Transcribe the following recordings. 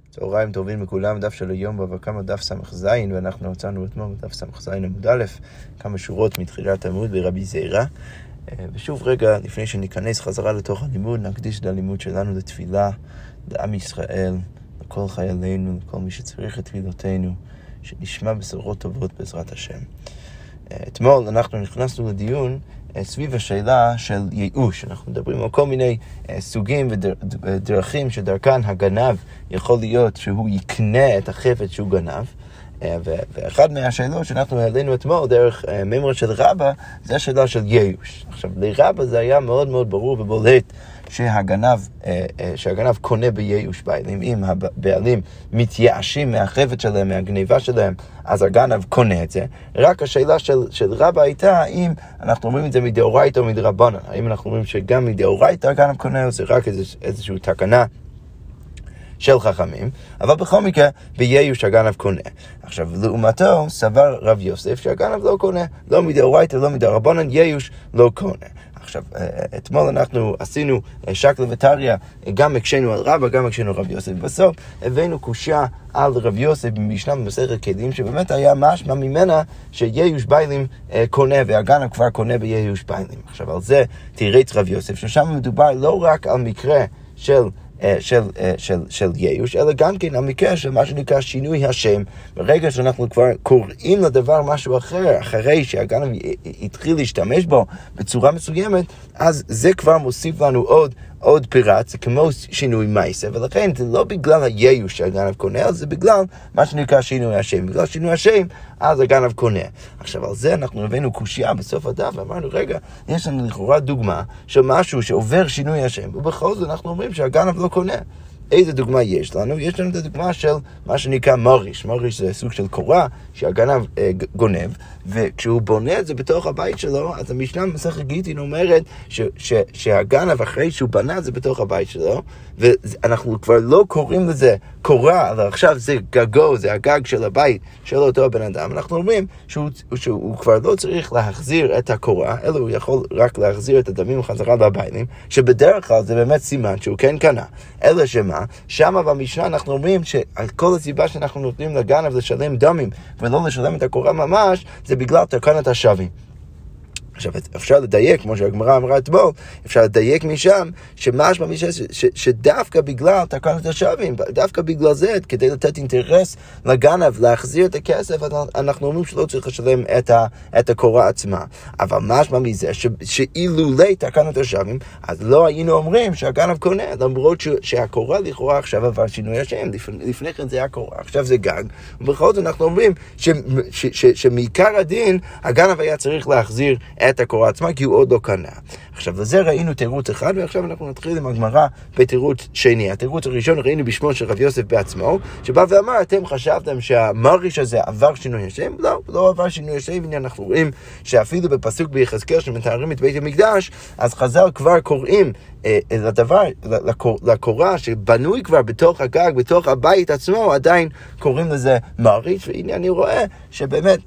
צהריים טובים לכולם, דף של היום בבא קמא דף ס"ז, ואנחנו מצאנו אתמול בדף ס"ז עמוד א', כמה שורות מתחילת עמוד ברבי זירא. ושוב רגע, לפני שניכנס חזרה לתוך הלימוד, נקדיש את הלימוד שלנו לתפילה, לעם ישראל, לכל חיילינו, לכל מי שצריך את תפילותינו, שנשמע בשורות טובות בעזרת השם. אתמול אנחנו נכנסנו לדיון סביב השאלה של ייאוש. אנחנו מדברים על כל מיני סוגים ודרכים שדרכן הגנב יכול להיות שהוא יקנה את החפץ שהוא גנב. ואחד מהשאלות שאנחנו העלינו אתמול דרך מימרה של רבא זה השאלה של ייאוש. עכשיו, לרבא זה היה מאוד מאוד ברור ובולט שהגנב קונה בייאוש בעלים. אם הבעלים מתייאשים מהחפץ שלהם, מהגניבה שלהם, אז הגנב קונה את זה. רק השאלה של רבא הייתה האם אנחנו אומרים את זה מדאורייתא או מדרבנן. האם אנחנו אומרים שגם מדאורייתא הגנב קונה או זה רק איזושהי תקנה של חכמים, אבל בכל מקרה בייאוש הגנב קונה. עכשיו, לעומתו סבר רב יוסף שהגנב לא קונה, לא מדאורייתא, לא מדרבנן, ייאוש לא קונה. עכשיו, אתמול אנחנו עשינו שקלא וטריא, גם הקשינו על רבא, גם הקשינו על רב יוסף. בסוף הבאנו קושיה על רב יוסף במשנה במסכת כלים, שבאמת היה משמע ממנה שייאוש בעלים קונה, והגנב כבר קונה בייאוש בעלים. עכשיו, על זה תירץ רב יוסף, ששם מדובר לא רק על מקרה של ייאוש, אלא גם כן המקרה של מה שנקרא שינוי השם. ברגע שאנחנו כבר קוראים לדבר משהו אחר, אחרי שהגנב התחיל להשתמש בו בצורה מסוימת, אז זה כבר מוסיף לנו עוד פירט, זה כמו שינוי מייסה, ולכן זה לא בגלל הייאוש שהגנב קונה, אלא זה בגלל מה שנקרא שינוי השם. בגלל שינוי השם, אז הגנב קונה. עכשיו, על זה אנחנו הבאנו קושיה בסוף הדף, ואמרנו, רגע, יש לנו לכאורה דוגמה של משהו שעובר שינוי השם, ובכל זאת אנחנו אומרים שהגנב לא קונה. איזה דוגמה יש לנו? יש לנו את הדוגמה של מה שנקרא מריש. מריש זה סוג של קורה שהגנב גונב, וכשהוא בונה את זה בתוך הבית שלו, אז המשנה במסכת גיטין אומרת שהגנב אחרי שהוא בנה את זה בתוך הבית שלו, ואנחנו כבר לא קוראים לזה קורה, אבל עכשיו זה גגו, זה הגג של הבית של אותו בן אדם. אנחנו אומרים שהוא כבר לא צריך להחזיר את הקורה, אלא הוא יכול רק להחזיר את הדמים חזרה לביילים, שבדרך כלל זה באמת סימן שהוא כן קנה. אלא שמה? שמה במשנה אנחנו אומרים שכל הסיבה שאנחנו נותנים לגנב לשלם דמים ולא לשלם את הקורה ממש, זה בגלל תקנת השבים. עכשיו, אפשר לדייק, כמו שהגמרא אמרה אתמול, אפשר לדייק משם, שמשמע שדווקא בגלל תקנת השבים, דווקא בגלל זה, כדי לתת אינטרס לגנב להחזיר את הכסף, אנחנו אומרים שלא צריך לשלם את הקורה עצמה. אבל משמע מזה, שאילולי תקנת השבים, אז לא היינו אומרים שהגנב קונה, למרות שהקורה לכאורה עכשיו עבר שינוי השם, לפני כן זה הקורה, עכשיו זה גג, ובכל זאת אנחנו אומרים שמעיקר הדין, הגנב היה צריך להחזיר את הקורה עצמה, כי הוא עוד לא קנה. עכשיו, לזה ראינו תירוץ אחד, ועכשיו אנחנו נתחיל עם הגמרא בתירוץ שני. התירוץ הראשון ראינו בשמו של רב יוסף בעצמו, שבא ואמר, אתם חשבתם שהמריש הזה עבר שינוי השם? לא, לא עבר שינוי השם. הנה אנחנו רואים שאפילו בפסוק ביחזקאל שמתארים את בית המקדש, אז חז"ל כבר קוראים לדבר, לקורה שבנוי כבר בתוך הגג, בתוך הבית עצמו, עדיין קוראים לזה מריש, והנה אני רואה שבאמת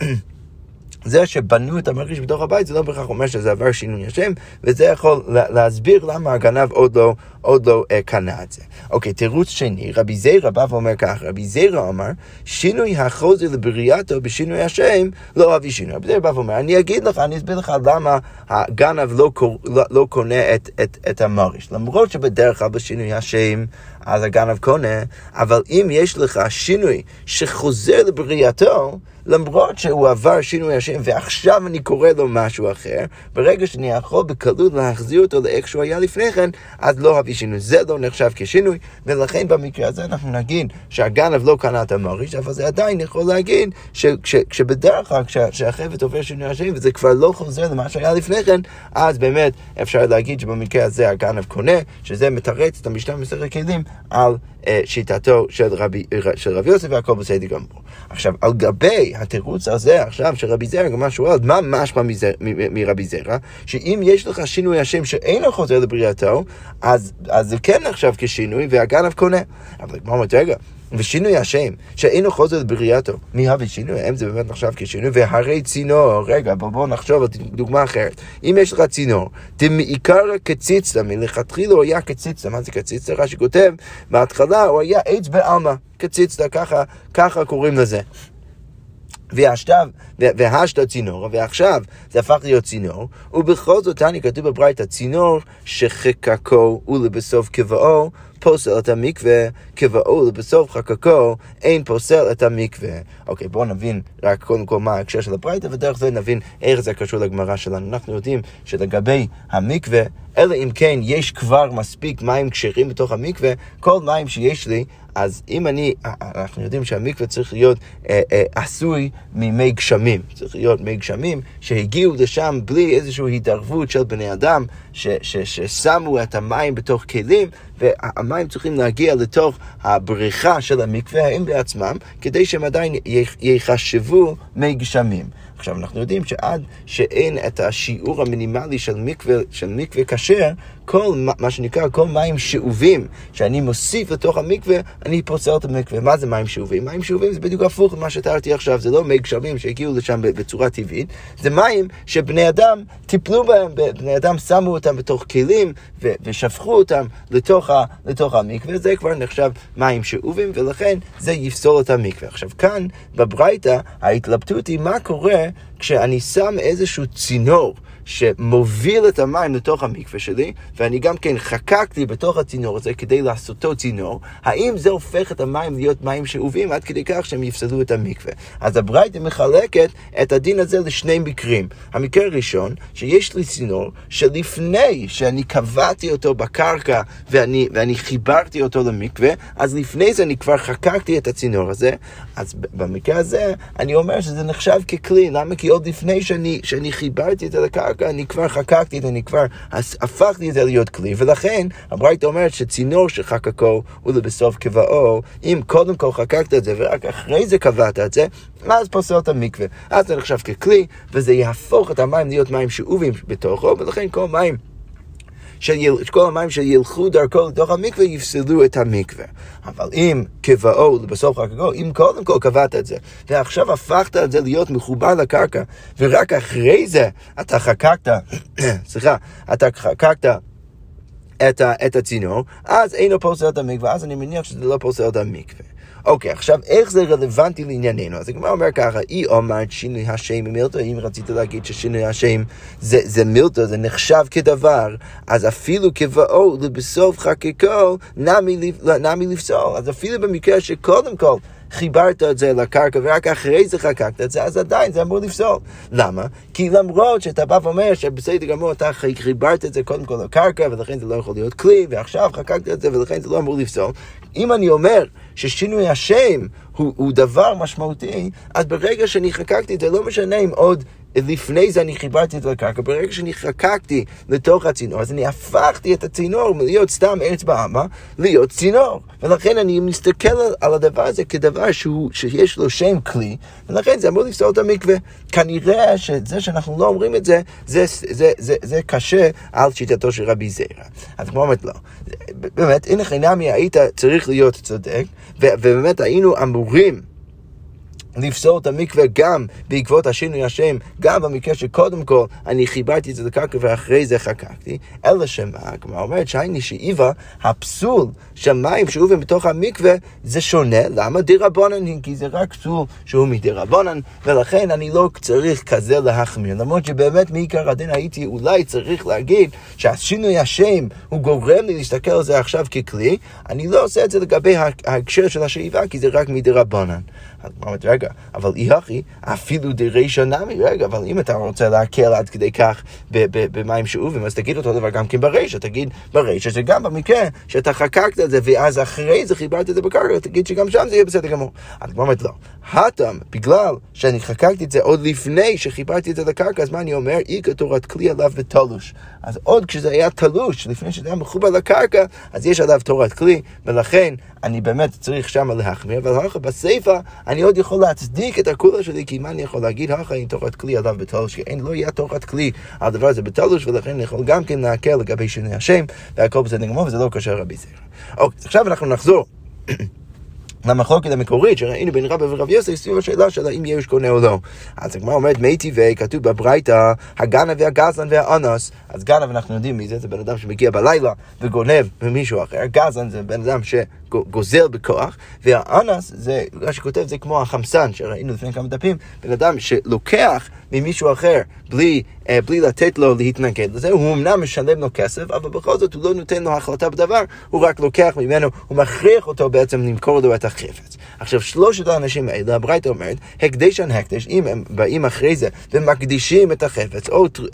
זה שבנו את המריש בתוך הבית, זה לא בכך אומר שזה עבר שינוי השם, וזה יכול להסביר למה הגנב עוד לא קנה את זה. אוקיי, תירוץ שני, רבי זירא בא ואומר כך, רבי זירא אמר, שינוי החוזר לבריאתו בשינוי השם, לא אביא שינוי. רבי זירא בא ואומר, אני אסביר לך למה הגנב לא קונה את המריש. למרות שבדרך כלל בשינוי השם, אז הגנב קונה, אבל אם יש לך שינוי שחוזר לבריאתו, למרות שהוא עבר שינוי השם ועכשיו אני קורא לו משהו אחר, ברגע שאני יכול בקלות להחזיר אותו לאיך שהוא היה לפני כן, אז לא הביא שינוי. זה לא נחשב כשינוי, ולכן במקרה הזה אנחנו נגיד שהגנב לא קנה את המריש, אבל זה עדיין יכול להגיד שבדרך כלל כשהחפץ עובר שינוי השם וזה כבר לא חוזר למה שהיה לפני כן, אז באמת אפשר להגיד שבמקרה הזה הגנב קונה, שזה מתרץ את המשנה במסכת כלים על שיטתו של רבי יוסף, והכל בסדר גמור. עכשיו, על גבי התירוץ הזה עכשיו של רבי זירא, גם שואל, מה משמע מרבי זירא? שאם יש לך שינוי השם שאינו חוזר לבריאתו, אז זה כן נחשב כשינוי והגנב קונה. אבל כמו אומרת, רגע, ושינוי השם, שאינו חוזר לבריאתו, מי הביא שינוי? האם זה באמת נחשב כשינוי? והרי צינור, רגע, בואו נחשוב על דוגמה אחרת. אם יש לך צינור, דמעיקר קציצה, מלכתחילה הוא היה קציצה, מה זה קציצה? רש"י כותב, מההתחלה הוא היה עץ בעלמא, קציצה, ככה קוראים לזה. והשת צינור, ועכשיו זה הפך להיות צינור, ובכל זאת תני כתוב בברייתא, צינור שחקקו ולבסוף קבעו, פוסל את המקווה, קבעו לבסוף חקקו, אין פוסל את המקווה. אוקיי, בואו נבין רק קודם כל מה ההקשר של הברייתא, ודרך זה נבין איך זה קשור לגמרא שלנו. אנחנו יודעים שלגבי המקווה, אלא אם כן יש כבר מספיק מים כשרים בתוך המקווה, כל מים שיש לי, אז אם אנחנו יודעים שהמקווה צריך להיות עשוי ממי גשמים. צריך להיות מי גשמים שהגיעו לשם בלי איזושהי התערבות של בני אדם, ששמו את המים בתוך כלים, והמים צריכים להגיע לתוך הבריכה של המקווה, הם בעצמם, כדי שהם עדיין יחשבו מי גשמים. עכשיו, אנחנו יודעים שעד שאין את השיעור המינימלי של מקווה כשר, כל מה שנקרא, כל מים שאובים שאני מוסיף לתוך המקווה, אני פוסל את המקווה. מה זה מים שאובים? מים שאובים זה בדיוק הפוך למה שתיארתי עכשיו. זה לא מי גשמים שהגיעו לשם בצורה טבעית, זה מים שבני אדם טיפלו בהם, בני אדם שמו אותם בתוך כלים ושפכו אותם לתוך המקווה. זה כבר נחשב מים שאובים, ולכן זה יפסול את המקווה. עכשיו, כאן בברייתא ההתלבטות היא מה קורה כשאני שם איזשהו צינור שמוביל את המים לתוך המקווה שלי, ואני גם כן חקקתי בתוך הצינור הזה כדי לעשותו צינור, האם זה הופך את המים להיות מים שאובים עד כדי כך שהם יפסלו את המקווה? אז הברייתא מחלקת את הדין הזה לשני מקרים. המקרה הראשון, שיש לי צינור שלפני שאני קבעתי אותו בקרקע ואני חיברתי אותו למקווה, אז לפני זה אני כבר חקקתי את הצינור הזה, אז במקרה הזה אני אומר שזה נחשב ככלי. למה? כי עוד לפני שאני חיברתי את זה לקרקע, אני כבר חקקתי את זה, אני כבר הפכתי את זה להיות כלי, ולכן הברייתא אומרת שצינור שחקקו ולבסוף קבעו, אם קודם כל חקקת את זה ורק אחרי זה קבעת את זה, אז פוסל את המקווה. אז זה נחשב ככלי, וזה יהפוך את המים להיות מים שאובים בתוכו, ולכן כל המים שילכו דרכו לתוך המקווה יפסלו את המקווה. אבל אם קבעו לבסוף חקקו, אם קודם כל קבעת את זה, ועכשיו הפכת את זה להיות מחובר לקרקע, ורק אחרי זה אתה חקקת את הצינור, אז אינו פוסל את המקווה, אז אני מניח שזה לא פוסל את המקווה. אוקיי, עכשיו איך זה רלוונטי לענייננו? אז הגמרא אומר ככה, היא אומרת שינוי השם ממילתא, אם רצית להגיד ששינוי השם זה מילתא, זה נחשב כדבר, אז אפילו קבעו לבסוף חקקו נמי לפסול. אז אפילו במקרה שקודם כל חיברת את זה לקרקע ורק אחרי זה חקקת את זה, אז עדיין זה אמור לפסול. למה? כי למרות שאתה בא ואומר שבסדר גמור אתה חיברת את זה קודם כל לקרקע ולכן זה לא יכול להיות כלי, ועכשיו חקקת את זה ולכן זה לא אמור לפסול. אם אני אומר ששינוי השם הוא דבר משמעותי, אז ברגע שאני חקקתי את זה, לא משנה אם עוד לפני זה אני חיברתי את הקרקע, ברגע שאני חקקתי לתוך הצינור, אז אני הפכתי את הצינור מלהיות סתם ארץ בעלמא, להיות צינור. ולכן אני מסתכל על הדבר הזה כדבר שיש לו שם כלי, ולכן זה אמור לפסול את המקווה. כנראה שזה שאנחנו לא אומרים את זה, זה קשה על שיטתו של רבי זירא. אז כמו אומרת לא. באמת, הנה חינמי היית צריך להיות צודק, ובאמת היינו אמורים לפסול את המקווה גם בעקבות השינוי השם, גם במקרה שקודם כל אני חיברתי את זה לקרקע ואחרי זה חקקתי, אלא שמה, כמו אומרת שייני שאיבה, הפסול של מים שאובים בתוך המקווה זה שונה. למה? דרבנן, כי זה רק פסול שהוא מדרבנן, ולכן אני לא צריך כזה להחמיר. למרות שבאמת מעיקר הדין הייתי אולי צריך להגיד שהשינוי השם הוא גורם לי להסתכל על זה עכשיו ככלי, אני לא עושה את זה לגבי ההקשר של השאיבה, כי זה רק מדרבנן. אז אומרת, רגע, אבל איהכי, אפילו דרישא נמי, רגע, אבל אם אתה רוצה להקל עד כדי כך במים שאובים, אז תגיד אותו דבר גם כן ברישא, תגיד ברישא שגם במקרה שאתה חקקת את זה, ואז אחרי זה חיברת את זה בקרקע, תגיד שגם שם זה יהיה בסדר גמור. אז אומרת, לא. הטעם, בגלל שאני חקקתי את זה עוד לפני שחיברתי את זה לקרקע, אז מה אני אומר? איקא תורת כלי עליו בתלוש. אז עוד כשזה היה תלוש, לפני שזה היה מחובר לקרקע, אז יש עליו תורת כלי, ולכן אני באמת צריך שם להחמיר, אבל אחר בסייפה אני עוד יכול להצדיק את הכולה שלי, כי מה אני יכול להגיד? אחר אני תורת כלי עליו בתלוש, כי אין לא יהיה תורת כלי על דבר הזה בתלוש, ולכן אני יכול גם כן להקל לגבי שינוי השם, והכל בסדר גמור, וזה לא קשר רבי זירא. אוקיי, עכשיו אנחנו נחזור למחלוקת המקורית שראינו בין רבא ורב יוסי סביב השאלה של האם ייאוש קונה או לא. אז הגמרא אומרת מי טבעי, כתוב בברייתא, הגנב והגזלן והאנס. אז גנב אנחנו יודעים מי זה, זה בן אדם שמגיע בלילה וגונב ממישהו אחר. גזלן זה בן אדם שגוזל בכוח, והאנס זה, מה שכותב זה כמו החמסן שראינו לפני כמה דפים, בן אדם שלוקח ממישהו אחר בלי לתת לו להתנגד לזה, הוא אמנם משלם לו כסף, אבל בכל זאת הוא לא נותן לו החלטה בדבר, הוא רק לוקח ממנו, הוא מכריח אותו בעצם למכור לו את החפץ. עכשיו שלושת האנשים האלה, הברייתא אומרת, הקדשן הקדש, אם הם באים אחרי זה ומקדישים את החפץ,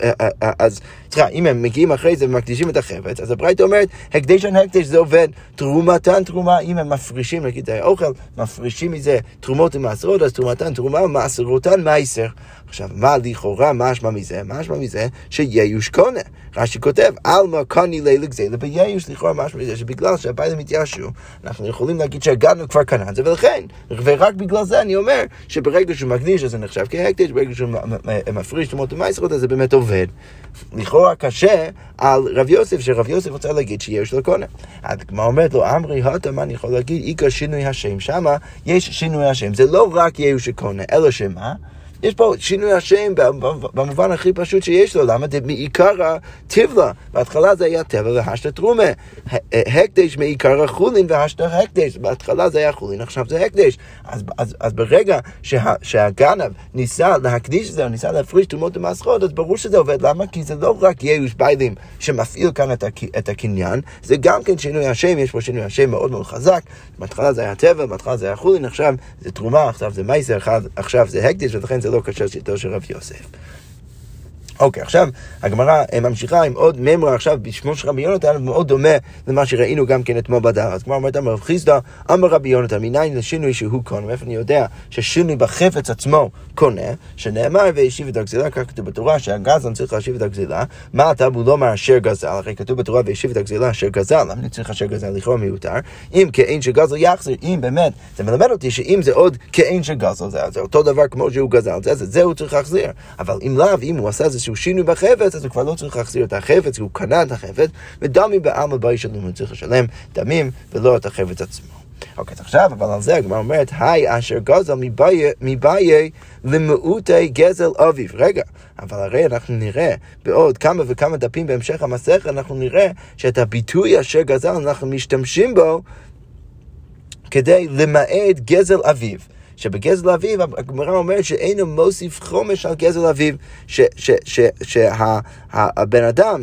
אם הם מגיעים אחרי זה ומקדישים את החפץ, אז הברייתא אומרת, הקדשן הקדש זה עובד, תרומתן תרומה, אם הם מפרישים, נגיד האוכל, מפרישים מזה תרומות ומעשרות, אז תרומתן תרומה, מעשרותן מעשר. עכשיו, מה לכאורה, משמע מזה שייאוש קונה. רש"י כותב, אלמה קני לילה גזלה בייאוש, לכאורה משמע מזה שבגלל שהבעלים התייאשו, אנחנו יכולים להגיד שהגענו כבר קנה את זה, ולכן, ורק בגלל זה אני אומר שברגע שהוא מקדיש אז זה נחשב כהקדש, ברגע שהוא מפריש תרומות ומעשרות אז זה באמת עובד. לכאורה קשה על רב יוסף, שרב יוסף רוצה להגיד שייאוש לא קונה. אז כמו אומרת לו, אמרי הטה, מה אני יכול להגיד? איקה שינוי השם, שמה יש שינוי השם, זה לא רק ייאוש שקונה, אלא שמה? יש פה שינוי השם במובן הכי פשוט שיש לו. למה? מעיקר הטבלה. בהתחלה זה היה טבלה והשת תרומה. הקדש מעיקר החולין והשת הקדש. בהתחלה זה היה חולין, עכשיו זה הקדש. אז ברגע שהגנב ניסה להקדיש את זה, או ניסה להפריש תרומות ומעשרות, אז ברור שזה עובד. למה? כי זה לא רק ייאוש בעלים שמפעיל כאן את הקניין, זה גם כן שינוי השם, יש פה שינוי השם מאוד מאוד חזק. בהתחלה זה היה טבלה, בהתחלה זה היה חולין, עכשיו זה תרומה, עכשיו זה מייסר, עכשיו זה הקדש, ולכן זה לא קשה שיטו של רב יוסף. אוקיי, עכשיו הגמרא ממשיכה עם עוד ממרה עכשיו בשמו של רבי יונתן, מאוד דומה למה שראינו גם כן אתמול בדף. אז כמו אומרת אמר רב חיסדא, אמר רבי יונתן, מניין לשינוי שהוא קונה, מאיפה אני יודע ששינוי בחפץ עצמו קונה, שנאמר והשיב את הגזילה, כך כתוב בתורה שהגזלן צריך להשיב את הגזילה, מה אתה בו לא מאשר גזל, הרי כתוב בתורה והשיב את הגזילה אשר גזל, למה אני צריך אשר גזל לכאורה מיותר, אם כאין שגזל יחזיר, אם באמת, זה מלמד אותי שאם זה עוד כאין שגזל, זה אותו דבר כמו שהוא גזל, זה הוא צריך להחזיר, אבל אם לאו, אם הוא עשה איזשהו שינוי בחפץ, אז הוא כבר לא צריך להחזיר את החפץ, הוא קנה את החפץ, ודמי בעלמא באי שלום, הוא צריך לשלם דמים ולא את החפץ עצמו. אוקיי, עכשיו, אבל על זה הגמרא אומרת, היי אשר גזל מבאי למעוטי גזל אביו. רגע, אבל הרי אנחנו נראה בעוד כמה וכמה דפים בהמשך המסכת, אנחנו נראה שאת הביטוי אשר גזל אנחנו משתמשים בו כדי למעט גזל אביו. שבגזל אביו, הגמרא אומרת שאינו מוסיף חומש על גזל אביו, שהבן אדם,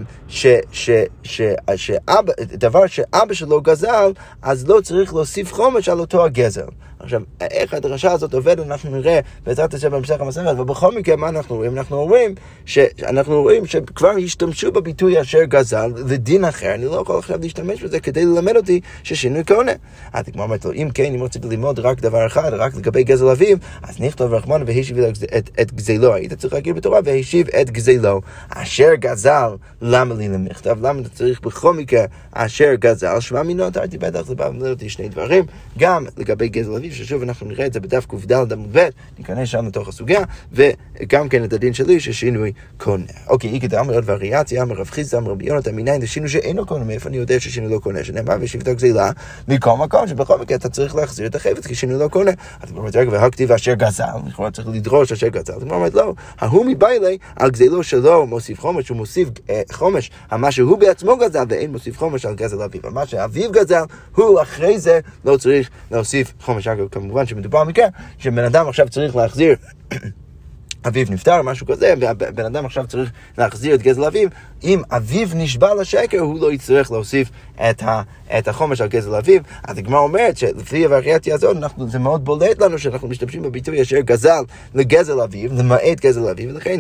דבר שאבא שלו גזל, אז לא צריך להוסיף חומש על אותו הגזל. עכשיו, איך הדרשה הזאת עובדת, אנחנו נראה בעזרת השם בהמשך המסכת, ובכל מקרה מה אנחנו רואים? אנחנו רואים שכבר השתמשו בביטוי אשר גזל לדין אחר, אני לא יכול עכשיו להשתמש בזה כדי ללמד אותי ששינוי קונה. אז כמו אומרת לו, אם כן, אם רציתי ללמוד רק דבר אחד, רק לגבי גזל אביו, אז נכתוב רחמן והשיב את גזלו, היית צריך להגיד בתורה והשיב את גזלו, אשר גזל, למה לי למכתב? למה אתה צריך בכל מקרה אשר גזל? שמע מינו, תרתי בטח, זה בא ללמד אותי שני דברים, גם לגבי גזל אביו, ששוב אנחנו נראה את זה בדף ק"ד עמוד ב', ניכנס שם לתוך הסוגיה, וגם כן את הדין שלי ששינוי קונה. אוקיי, אי כדאי אמרת והריאציה, אמר רב חיסדא, אמר רבי יונתן, מניין זה שינוי שאינו קונה, מאיפה אני יודע ששינוי לא קונה, שנאמר והשיב את הגזלה, מכל מקום שבכל מקרה אתה צריך להחזיר את החפץ, כי שינוי לא קונה. אז הוא אומר, רגע, והכתיב אשר גזל, לכאורה צריך לדרוש אשר גזל. אז הוא אומר, לא, ההוא מבעילי, על גזלו שלו מוסיף חומש, הוא מוסיף חומש, מה שהוא בעצמו גזל, ואין מוסיף חומש על גזל אביו. מה שאביו גזל, הוא אחרי זה לא צריך להוסיף חומש. כמובן שמדובר מכך, שבן אדם עכשיו צריך להחזיר אביו נפטר, משהו כזה, והבן אדם עכשיו צריך להחזיר את גזל אביו, אם אביו נשבע לשקר, הוא לא יצטרך להוסיף את החומש על גזל אביו. אז הגמרא אומרת שלפי הווריאציה הזאת, זה מאוד בולט לנו שאנחנו משתמשים בביטוי אשר גזל לגזל אביו, למעט גזל אביו, ולכן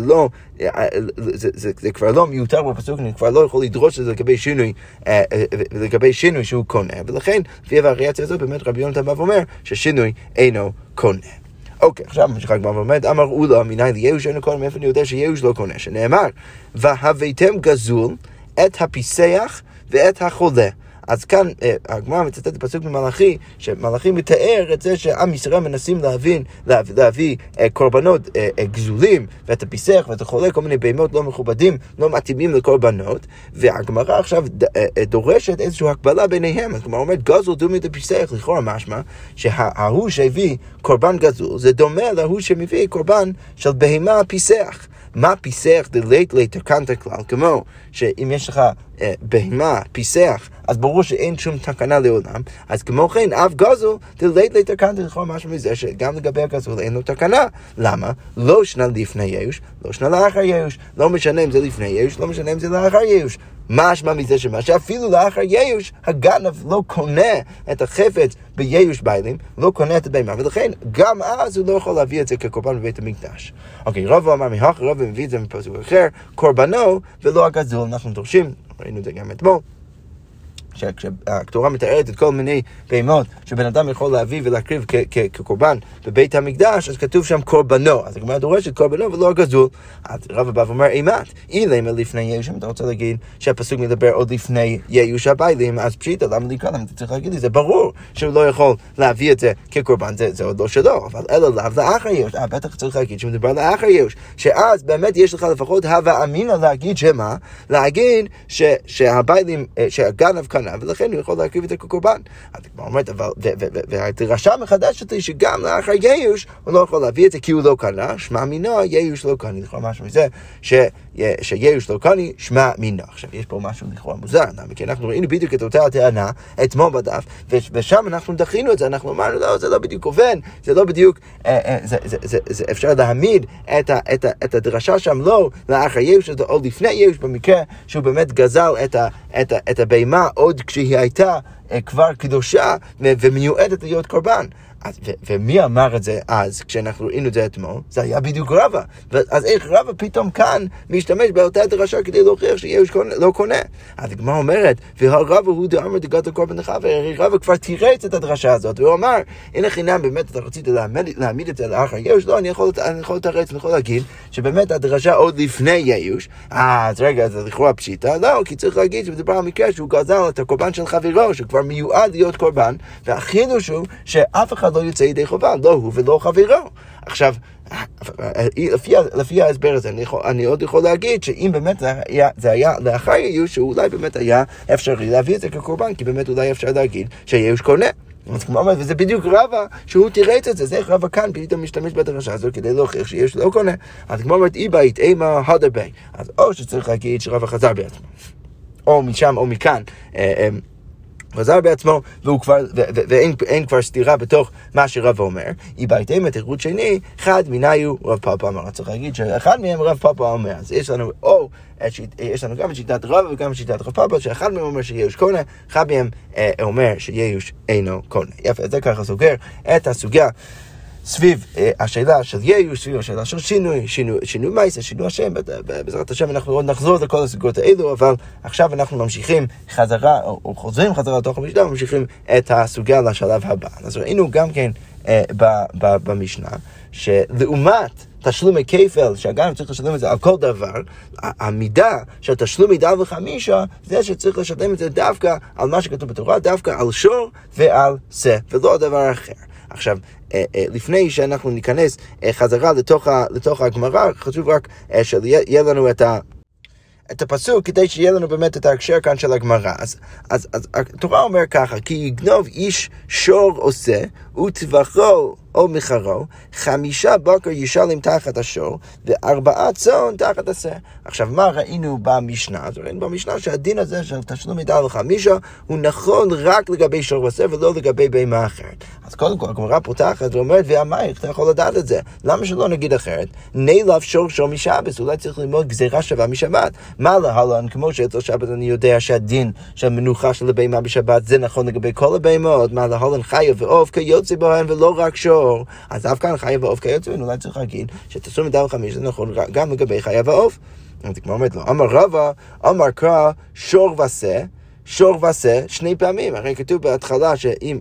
זה כבר לא מיותר בפסוק, אני כבר לא יכול לדרוש את זה לגבי שינוי שהוא קונה, ולכן לפי הווריאציה הזאת, באמת רבי יונתן בא ואומר ששינוי אינו קונה. אוקיי, עכשיו ממשיכה כבר ואומרת, אמר אולה, מניין לייאוש אינו קונה, מאיפה אני יודע שייאוש לא קונה, שנאמר, והבאתם גזול את הפיסח ואת החולה. אז כאן הגמרא מצטטת פסוק ממלאכי, שמלאכי מתאר את זה שעם ישראל מנסים להביא קורבנות גזולים, ואת הפיסח ואת החולה, כל מיני בהמות לא מכובדים, לא מתאימים לקורבנות, והגמרא עכשיו דורשת איזושהי הקבלה ביניהם. אז כלומר אומרת, גזול דומי דפיסח, לכאורה משמע שההוא שהביא קורבן גזול זה דומה להוא שמביא קורבן של בהמה פיסח. מה פיסח דלית לתקנת כלל? כמו שאם יש לך בהמה פיסח, אז ברור שאין שום תקנה לעולם. אז כמו כן, אף גזול דלית לתקנת, לכאורה משהו מזה שגם לגבי הגזול אין לו תקנה. למה? לא שנה לפני יאוש, לא שנה לאחר יאוש. לא משנה אם זה לפני יאוש, לא משנה אם זה לאחר יאוש. משמע מזה שאפילו לאחר יאוש הגנב לא קונה את החפץ ביאוש ביילים, לא קונה את הבהמה, ולכן גם אז הוא לא יכול להביא את זה כקורבן בבית המקדש. אוקיי, רבא אמר מהך, רבא מביא את זה מפסוק אחר, קורבנו ולא הגזול. אנחנו דורשים, ראינו את זה גם אתמול, כשהתורה מתארת את כל מיני בהמות שבן אדם יכול להביא ולהקריב כקורבן בבית המקדש, אז כתוב שם קורבנו. אז הגמרא דורשת קורבנו ולא הגזול. אז רבא בא ואומר, אימת, אילמה לפני יאוש, אם אתה רוצה להגיד שהפסוק מדבר עוד לפני יאוש הביילים, אז פשיטא, למה לקרוא להם? אתה צריך להגיד לי, זה ברור שהוא לא יכול להביא את זה כקורבן, זה עוד לא שלו, אבל אלא לאו לאחר יאוש. בטח צריך להגיד שמדבר לאחר יאוש, שאז באמת יש לך לפחות הווה אמינא להגיד שמה? להגיד שהביילים, שהגנב קנה, ולכן הוא יכול להקריב את זה כקורבן. אז כבר אומרת, והדרשה מחדשת היא שגם לאחר יאוש הוא לא יכול להביא את זה כי הוא לא קנה, שמע מינו, יאוש לא קנה. לכאורה משהו מזה שיאוש לא קנה, שמע מינו. עכשיו יש פה משהו לכאורה מוזר, כי אנחנו ראינו בדיוק את אותה הטענה אתמול בדף, ושם אנחנו דחינו את זה, אנחנו אמרנו, לא, זה לא בדיוק כוון, זה לא בדיוק, אפשר להעמיד את הדרשה שם לא לאחר יאוש, זה עוד לפני יאוש, במקרה שהוא באמת גזל את הבהמה עוד כשהיא הייתה כבר קדושה ומיועדת להיות קורבן. ומי אמר את זה אז, כשאנחנו ראינו את זה אתמול? זה היה בדיוק רבא. אז איך רבא פתאום כאן משתמש באותה דרשה כדי להוכיח שיאוש לא קונה? אז הגמרא אומרת, והרבא הוא דאמר דגת הקורבן לחבר, הרי רבא כבר תירץ את הדרשה הזאת, והוא אמר, הנה חינם, באמת אתה רצית להעמיד את זה לאחר יאוש? לא, אני יכול לתרץ, אני יכול להגיד שבאמת הדרשה עוד לפני יאוש. אז רגע, זה לכאורה פשיטה? לא, כי צריך להגיד שמדבר על מקרה שהוא גזל את הקורבן של חברו, שכבר מיועד להיות קורבן, והחידוש הוא שאף אחד לא יוצא ידי חובה, לא הוא ולא חברו. עכשיו, לפי ההסבר הזה, אני עוד יכול להגיד שאם באמת זה היה לאחר יאוש, שאולי באמת היה אפשרי להביא את זה כקורבן, כי באמת אולי אפשר להגיד שיאוש קונה. וזה בדיוק רבא שהוא תירץ את זה, זה איך רבא כאן פתאום משתמש בדרשה הזאת כדי להוכיח שיאוש לא קונה. אז כמו אומרת, אי בית, אימה הדרבי. אז או שצריך להגיד שרבא חזר בעצמו, או משם או מכאן, חזר בעצמו, ואין כבר סתירה בתוך מה שרבא אומר. היא בהתאם התירוץ שני, אחד מניו רב פאפא אמר. צריך להגיד שאחד מהם רב פאפא אומר. אז יש לנו גם את שיטת רבא וגם את שיטת רב פאפא, שאחד מהם אומר שיאוש קונה, אחד מהם אומר שיאוש אינו קונה. יפה, זה ככה סוגר את הסוגיה סביב השאלה של יאוש, סביב השאלה של שינוי מייסה, שינוי השם. בעזרת השם אנחנו עוד נחזור לכל הסוגיות האלו, אבל עכשיו אנחנו ממשיכים חזרה, או חוזרים חזרה לתוך המשנה, וממשיכים את הסוגיה לשלב הבא. אז ראינו גם כן במשנה, שלעומת תשלומי כפל, שהגנב צריך לשלם את זה על כל דבר, המידה של תשלומי דל וחמישה, זה שצריך לשלם את זה דווקא על מה שכתוב בתורה, דווקא על שור ועל שא, ולא דבר אחר. עכשיו, לפני שאנחנו ניכנס חזרה לתוך הגמרא, חשוב רק שיהיה לנו את הפסוק, כדי שיהיה לנו באמת את ההקשר כאן של הגמרא. אז התורה אומר ככה, כי יגנוב איש שור עושה, וטבחו או מחרו, 5 בקר ישלם תחת השור, ו4 צאן תחת השא. עכשיו, מה ראינו במשנה? אז ראינו במשנה שהדין הזה של תשלום דל וחמישה, הוא נכון רק לגבי שור ושא, ולא לגבי בהמה אחרת. אז קודם כל, הגמרא פותחת ואומרת, והמייך, אתה יכול לדעת את זה. למה שלא נגיד אחרת? נעלב שור משבת, אולי צריך ללמוד גזירה שווה משבת. מה להלן? כמו שאצל שבת אני יודע שהדין של מנוחה של הבהמה בשבת, זה נכון לגבי כל הבהמות. מה להלן? חיה ועוף כיוצא בהן ולא רק שור. אז אף כאן חיה ועוף כיוצא בהן, אולי צריך להגיד שתשלום דל וחמישה זה נכון גם לגבי חיה ועוף. אז כמו אומרת לו, אמר רבא, אמר קרא, שור ושא, שור ועשה שני פעמים. הרי כתוב בהתחלה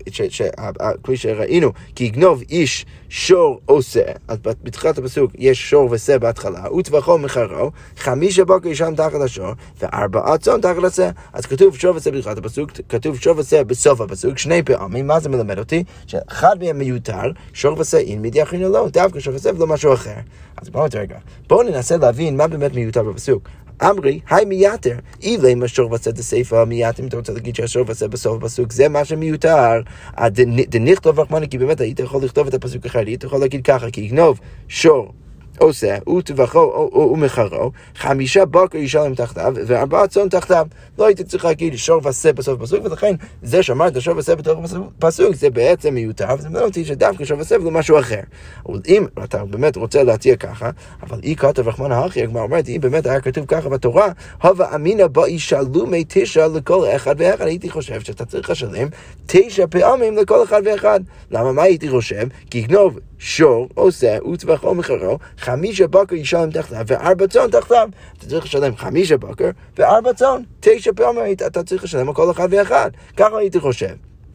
כפי שראינו, כי יגנוב איש שור עושה, אז בתחילת הפסוק יש שור ועשה בהתחלה, וטבחו מחרו, 5 בוקר ישם תחת השור, 4 צאן תחת השה. אז כתוב שור ועשה בתחילת הפסוק, כתוב שור ועשה בסוף הפסוק, שני פעמים. מה זה מלמד אותי? שאחד מהם מיותר, שור ועשה אין מדיחין לא, דווקא שור ועשה ולא משהו אחר. אז בואו ננסה להבין מה באמת מיותר בפסוק. אמרי, היי מייתר, אילי מה שור ועשה דסייפה מייתר, אם אתה רוצה להגיד שהשור ועשה בסוף הפסוק, זה מה שמיותר. דנכתוב רחמנה, כי באמת היית יכול לכתוב את הפסוק אחר, היית יכול להגיד ככה, כי יגנוב שור עושה, וטבחו ומחרו, 5 בוקר ישלם תחתיו, ו4 צאן תחתיו. לא הייתי צריך להגיד שור ועשה בסוף הפסוק, ולכן זה שאמרת שור ועשה בתוך הפסוק, זה בעצם מיותר, וזה מלמד אותי שדווקא שור ועשה ולא משהו אחר. אבל אם אתה באמת רוצה להציע ככה, אבל אי כתב רחמנא הכי, הגמרא אומרת, אם באמת היה כתוב ככה בתורה, הווה אמינא בה ישלומי 9 לכל אחד ואחד, הייתי חושב שאתה צריך לשלם 9 פעמים לכל אחד ואחד. למה? מה הייתי חושב? כי יגנוב שור עושה וטבחו מחרו, 5 בוקר ישלם תחתיו ו4 צאן תחתיו. אתה צריך לשלם 5 בוקר ו4 צאן, 9 פעמים אתה צריך לשלם על כל אחד ואחד. ככה הייתי חושב.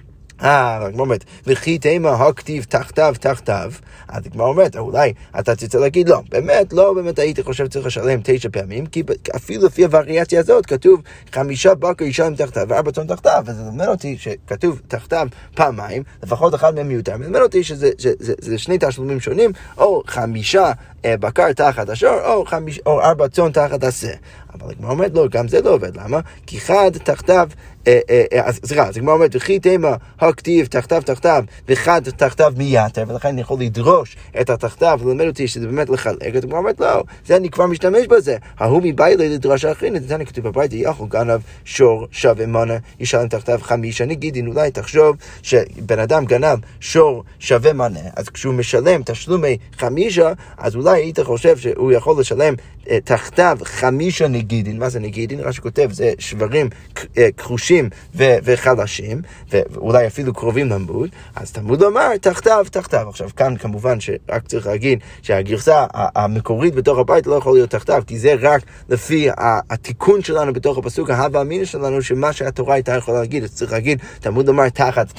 הגמרא אומרת, וכי תימא הכתיב תחתיו תחתיו, אז הגמרא אומרת, אולי אתה תרצה להגיד לא, באמת הייתי חושב צריך לשלם 9 פעמים, כי אפילו לפי הווריאציה הזאת כתוב 5 בוקר ישלם תחתיו ו4 צאן תחתיו, וזה אומר אותי שכתוב תחתיו פעמיים, לפחות אחד מהם מיותר, זה אומר אותי שזה שני תשלומים שונים, או 5 בקר תחת השור, או 4 צאן תחת השה. אבל הגמרא אומרת לא, גם זה לא עובד. למה? כי חד תחתיו, אז הגמרא אומרת, וכי תימא הכתיב תחתיו וחד תחתיו מייתר, ולכן אני יכול לדרוש את התחתיו וללמד אותי שזה באמת לחלק. הגמרא אומרת לא, זה אני כבר משתמש בזה. ההוא מביילי לדרשה אחרת, זה כתוב בברייתא, יכול גנב שור שווה מנה ישלם תחתיו 5 נגידין. אולי תחשוב שבן אדם גנב שור שווה מנה, אז כשהוא משלם תשלומי 5, אז אולי היית חושב שהוא יכול לשלם תחתיו 5 נגידין. מה זה נגידין? מה שכותב זה שברים כחושים וחלשים, ואולי אפילו קרובים למות. אז תלמוד לומר תחתיו. עכשיו כאן כמובן שרק צריך להגיד שהגרסה המקורית בתוך הבית לא יכול להיות תחתיו, כי זה רק לפי התיקון שלנו בתוך הפסוק ההווה אמינא שלנו, שמה שהתורה הייתה יכולה להגיד, אז צריך להגיד תלמוד לומר תחת.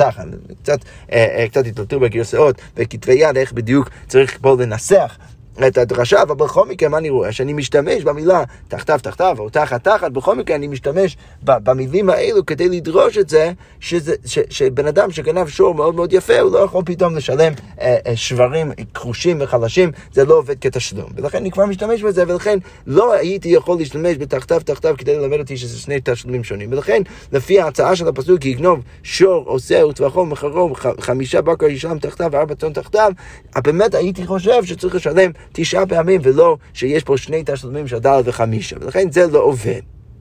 קצת התלבטו בגרסאות וכתבי יד איך בדיוק צריך פה לנסח את הדרשה, אבל בכל מקרה מה אני רואה? שאני משתמש במילה תחתיו או תחת, בכל מקרה אני משתמש במילים האלו כדי לדרוש את זה, שבן אדם שגנב שור מאוד מאוד יפה, הוא לא יכול פתאום לשלם שברים כחושים וחלשים, זה לא עובד כתשלום. ולכן אני כבר משתמש בזה, ולכן לא הייתי יכול להשתמש בתחתיו כדי ללמד אותי שזה שני תשלומים שונים. ולכן לפי ההצעה של הפסוק, יגנוב שור עושה וטבחו מחרו, 5 בוקר ישלם תחתיו ו4 צאן תחתיו, באמת הייתי חושב שצריך לשלם 9 פעמים, ולא שיש פה שני תשלומים של ד' ו5, ולכן זה לא עובד.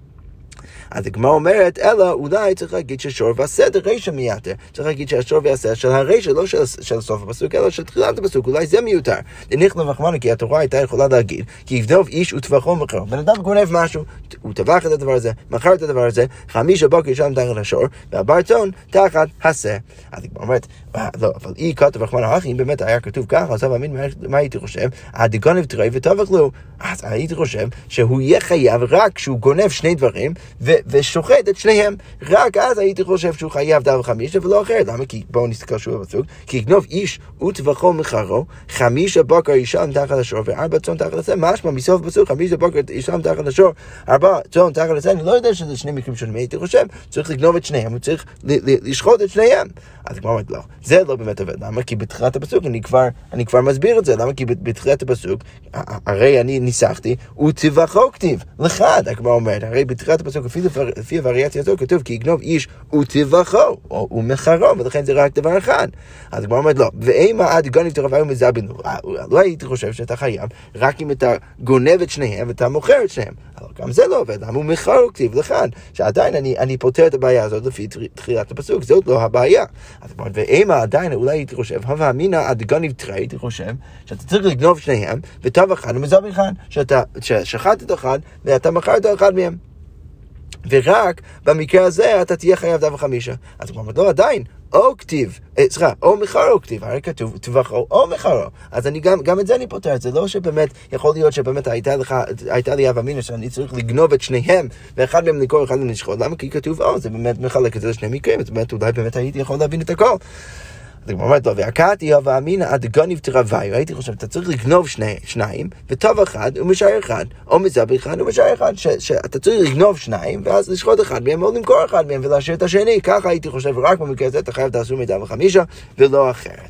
אז הגמרא אומרת, אלא אולי צריך להגיד ששור ועשה דרישא מייתר. צריך להגיד שהשור ועשה של הרישא, לא של סוף הפסוק, אלא של תחילת הפסוק. אולי זה מיותר. דניחנו רחמנא, כי התורה הייתה יכולה להגיד, כי יגנוב איש וטבחו מחרו. בן אדם גונב משהו, הוא טבח את הדבר הזה, מכר את הדבר הזה, 5 בוקר ישלם תחת השור, ו4 צאן תחת השה. אז הגמרא אומרת, לא, אבל אי כתב רחמנא הכי, אם באמת היה כתוב ככה, אז מה הייתי חושב? דגנב תרי וטבח לו. אז הייתי חושב שהוא יהיה חייב רק כשהוא גונב שני דברים ושוחט את שניהם. רק אז הייתי חושב שהוא חייב ד' ו5 ולא אחרת. למה? כי בואו נסתכל שוב בפסוק. כי יגנוב איש וטבחו מחרו, 5 בוקר ישלם תחת השור ו4 צאן תחת השה. משמע מסוף הפסוק 5 בוקר ישלם תחת השור, 4 צאן תחת השה. אני לא יודע שזה שני מקרים שונים. הייתי חושב צריך לגנוב את שניהם, הוא צריך לשחוט את שניהם. אז כבר אומרת לא, זה לא באמת עובד. למה? כי בתחילת הפסוק אני כבר מסביר את זה. למה? כי בתחילת הפסוק הרי אני ניסחתי וטבחו כתיב לחד. כבר אומרת, הרי בתחילת הפסוק לפי הווריאציה הזאת כתוב כי יגנוב איש וטבחו או מחרו, ולכן זה רק דבר אחד. אז כבר אומרת לא, ואימה עד גונב תרווה ומזבין לו. לא הייתי חושב שאתה חייב רק אם אתה גונב את שניהם ואתה מוכר את שניהם. אבל גם זה לא עובד. למה הוא מחרו כתיב לחד? שעדיין אני פותר את הבעיה הזאת לפי תחילת הפסוק, זאת לא הבעיה. אז כבר ואימה עדיין אולי הייתי חושב, הווה אמינא עד גונב תרי, הייתי חושב שאתה צריך לגנוב שניהם וטב אחד ומזבין אחד, שאתה שחטת אחד ואתה מכרת אחד מהם. ורק במקרה הזה אתה תהיה חייב דף וחמישה. אז הוא אומר, לא, עדיין, או כתיב, או מחרו כתיב, הרי כתוב טבחו או מחרו. אז גם את זה אני פותר, זה לא שבאמת, יכול להיות שבאמת הייתה לי הווה אמינא שאני צריך לגנוב את שניהם, ואחד מהם לקרוא, אחד מהם לשחוט. למה? כי כתוב זה באמת מחלק את זה לשני מקרים, אז באמת אולי באמת הייתי יכול להבין את הכל. אז הוא אומר, לא, והקעתי הווה אמינא עד גניב תרוויו. הייתי חושב, אתה צריך לגנוב שניים, וטוב אחד ומשאר אחד, או מזבח אחד ומשאר אחד, שאתה צריך לגנוב שניים, ואז לשחוט אחד מהם, או למכור אחד מהם, ולהשאיר את השני. ככה הייתי חושב, רק במקרה הזה אתה חייב תעשו מדף וחמישה, ולא אחרת.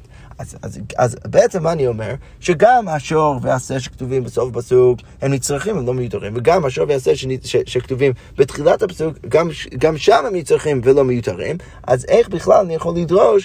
אז בעצם מה אני אומר? שגם השור והעשה שכתובים בסוף הפסוק הם נצרכים, הם לא מיותרים, וגם השור והעשה שכתובים בתחילת הפסוק, גם שם הם נצרכים ולא מיותרים. אז איך בכלל אני יכול לדרוש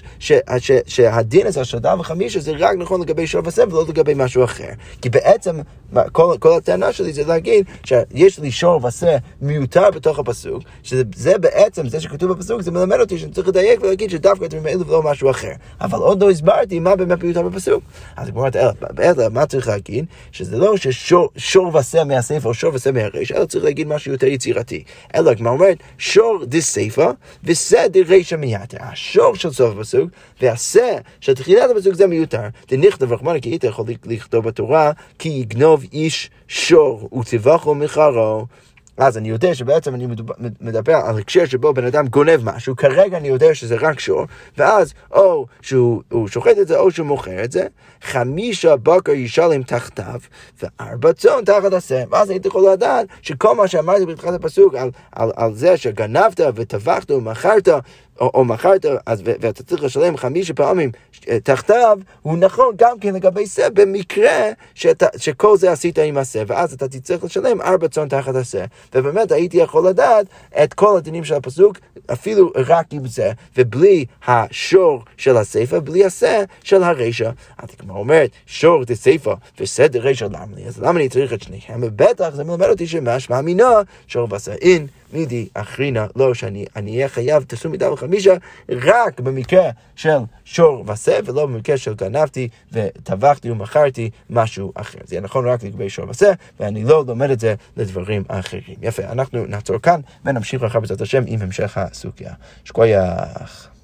שהדין הזה של דף וחמישה זה רק נכון לגבי שור ועשה ולא לגבי משהו אחר? כי בעצם כל הטענה שלי זה להגיד שיש לי שור ועשה מיותר בתוך הפסוק, שזה בעצם, זה שכתוב בפסוק, זה מלמד אותי שאני צריך לדייק ולהגיד שדווקא את ממילא ולא משהו אחר. אבל עוד לא הסברתי מה באמת מיותר בפסוק. אז כמו אומרת, מה צריך להגיד? שזה לא ששור ועשה מהספר או שור ועשה מהריש, אלא צריך להגיד משהו יותר יצירתי. אלא כמו אומרת, שור דספר ועשה דרישא מייתר. השור של סוף הפסוק והעשה של תחילת הפסוק זה מיותר. דנכתב רחמנא כי היית יכול לכתוב בתורה כי יגנוב איש שור וטבחו מחרו. אז אני יודע שבעצם אני מדבר על הקשר שבו בן אדם גונב משהו, כרגע אני יודע שזה רק שור, ואז או שהוא שוחט את זה או שהוא מוכר את זה, 5 בקר ישלם תחתיו, ו4 צאן תחת עשה. ואז הייתי יכול לדעת שכל מה שאמרתי בתחילת הפסוק על זה שגנבת וטבחת ומכרת, או מכרת, ואתה צריך לשלם 5 פעמים תחתיו, הוא נכון גם כן לגבי זה, במקרה שכל זה עשית עם עשה, ואז אתה תצטרך לשלם 4 צאן תחת עשה. ובאמת הייתי יכול לדעת את כל הדינים של הפסוק, אפילו רק עם זה, ובלי השור של הספר, בלי עשה של הרשע. אז כמו אומרת, שור דספר ועשה דרשע למה לי? אז למה אני צריך את שניהם? ובטח זה מלמד אותי שמשמע מינו, שור ועשה אין, מידי אחרינה, לא שאני אהיה חייב תעשו מדף וחמישה רק במקרה של שור ועשה, ולא במקרה של גנבתי וטבחתי ומכרתי משהו אחר. זה נכון רק לגבי שור ועשה, ואני לא לומד את זה לדברים אחרים. יפה, אנחנו נעצור כאן ונמשיך אחר בעזרת השם עם המשך הסוגיה. שקוייך.